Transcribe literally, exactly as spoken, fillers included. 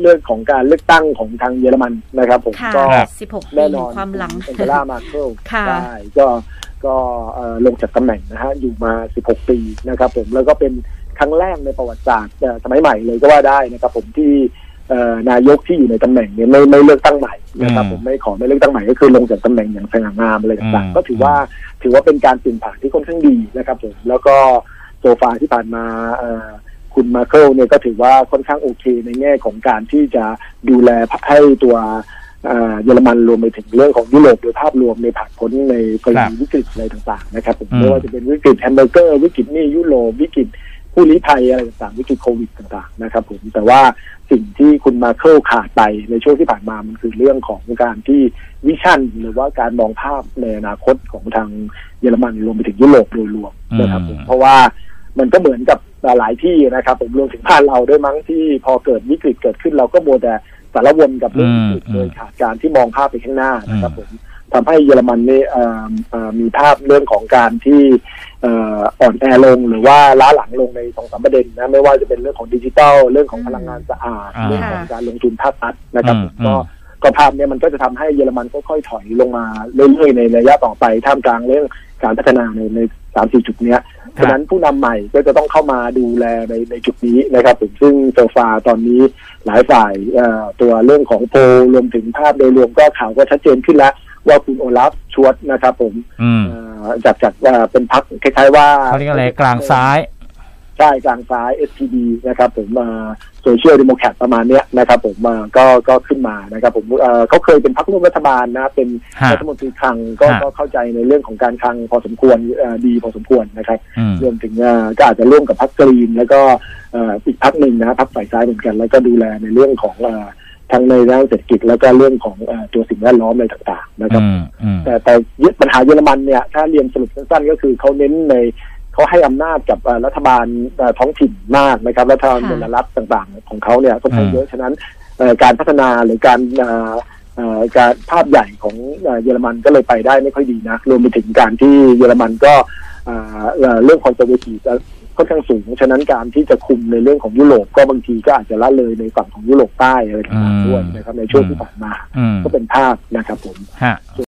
เรื่องของการเลือกตั้งของทางเยอรมันนะครับผมก็แน่นอนความหลังแองเกล่ามาเคิลได้ก็ก็ลงจากตำแหน่งนะฮะอยู่มาสิบหกปีนะครับผมแล้วก็เป็นครั้งแรกในประวัติศาสตร์สมัยใหม่เลยก็ว่าได้นะครับผมที่นายกที่อยู่ในตำแหน่งเนี่ยไม่ไม่เลือกตั้งใหม่นะครับผมไม่ขอไม่เลือกตั้งใหม่ก็คือลงจากตำแหน่งอย่างสง่างามอะไรต่างๆก็ถือว่าถือว่าเป็นการเปลี่ยนผ่านที่ค่อนข้างดีนะครับผมแล้วก็โซฟาที่ผ่านมาคุณมาเคิลเนี่ยก็ถือว่าค่อนข้างโอเคในแง่ของการที่จะดูแลให้ตัวเยอรมันรวมไปถึงเรื่องของยุโรปโดยภาพรวมในผ่านพ้นในกรณีวิกฤตอะไรต่างๆนะครับผมไม่ว่าจะเป็นวิกฤตแฮมเบอร์เกอร์วิกฤตนี่ยุโรปวิกฤตผู้ลี้ภัยอะไรต่างๆวิกฤตโควิดต่างๆนะครับผมแต่ว่าสิ่งที่คุณมาเคิลขาดไปในช่วงที่ผ่านมามันคือเรื่องของการที่วิชั่นหรือว่าการมองภาพในอนาคตของทางเยอรมันรวมไปถึงยุโรปโดยรวมนะครับผมเพราะว่ามันก็เหมือนกับหลายที่นะครับผมรวมถึงบ้านเราด้วยมั้งที่พอเกิดวิกฤตเกิดขึ้นเราก็โมแต่สารวนกับเรื่องวิกฤตโดยขาดการที่มองภาพไปข้างหน้านะครับผมทำให้เยอรมันนี่มีภาพเรื่องของการที่อ่อนแอลงหรือว่าล้าหลังลงในสองสามประเด็นนะไม่ว่าจะเป็นเรื่องของดิจิทัลเรื่องของพลังงานสะอาดเรื่องของการลงทุนภาครัฐนะครับก็ก็ภาพนี้มันก็จะทำให้เยอรมันค่อยๆถอยลงมาเรื่อยๆในระยะต่อไปท่ามกลางเรื่องการพัฒนาในในสามสี่จุดนี้ฉะนั้นผู้นำใหม่ก็จะต้องเข้ามาดูแลในในจุดนี้นะครับผมซึ่งโซฟาตอนนี้หลายฝ่ายตัวเรื่องของโพลรวมถึงภาพโดยรวมก็ข่าวก็ชัดเจนขึ้นแล้วว่าคุณโอลาฟชวตนะครับผมจากจากเป็นพรรคคล้ายๆว่าเขาเรียกอะไรกลางซ้ายใช่กลางซ้าย เอส พี ดี นะครับผมโซเชียลเดโมแครตประมาณนี้นะครับผมก็ก็ขึ้นมานะครับผมเขาเคยเป็นพรรคร่วมรัฐบาลนะเป็นรัฐมนตรีคลังก็ก็เข้าใจในเรื่องของการคลังพอสมควรดีพอสมควรนะครับรวมถึงก็อาจจะร่วมกับพรรคกรีนแล้วก็อีกพรรคหนึ่งนะพรรคฝ่ายซ้ายเหมือนกันแล้วก็ดูแลในเรื่องของทั้งในด้านเศรษฐกิจแล้วก็เรื่องของตัวสิ่งแวดล้อมอะไรต่างๆนะครับแต่แต่ปัญหาเยอรมันเนี่ยถ้าเรียนสรุปสั้นๆก็คือเขาเน้นในเขาให้อำนาจกับรัฐบาลท้องถิ่นมากนะครับรัฐบาลมลรัฐต่างๆของเขาเนี่ยค่อนข้างเยอะฉะนั้นการพัฒนาหรือการการภาพใหญ่ของเยอรมันก็เลยไปได้ไม่ค่อยดีนะรวมไปถึงการที่เยอรมันก็เรื่องคอนเซอร์เวทีฟค่อนข้างสูงฉะนั้นการที่จะคุมในเรื่องของยุโรปก็บางทีก็อาจจะละเลยในฝั่งของยุโรปใต้อะไรต่างๆด้วยนะครับในช่วงที่ผ่านมาก็เป็นภาพนะครับผม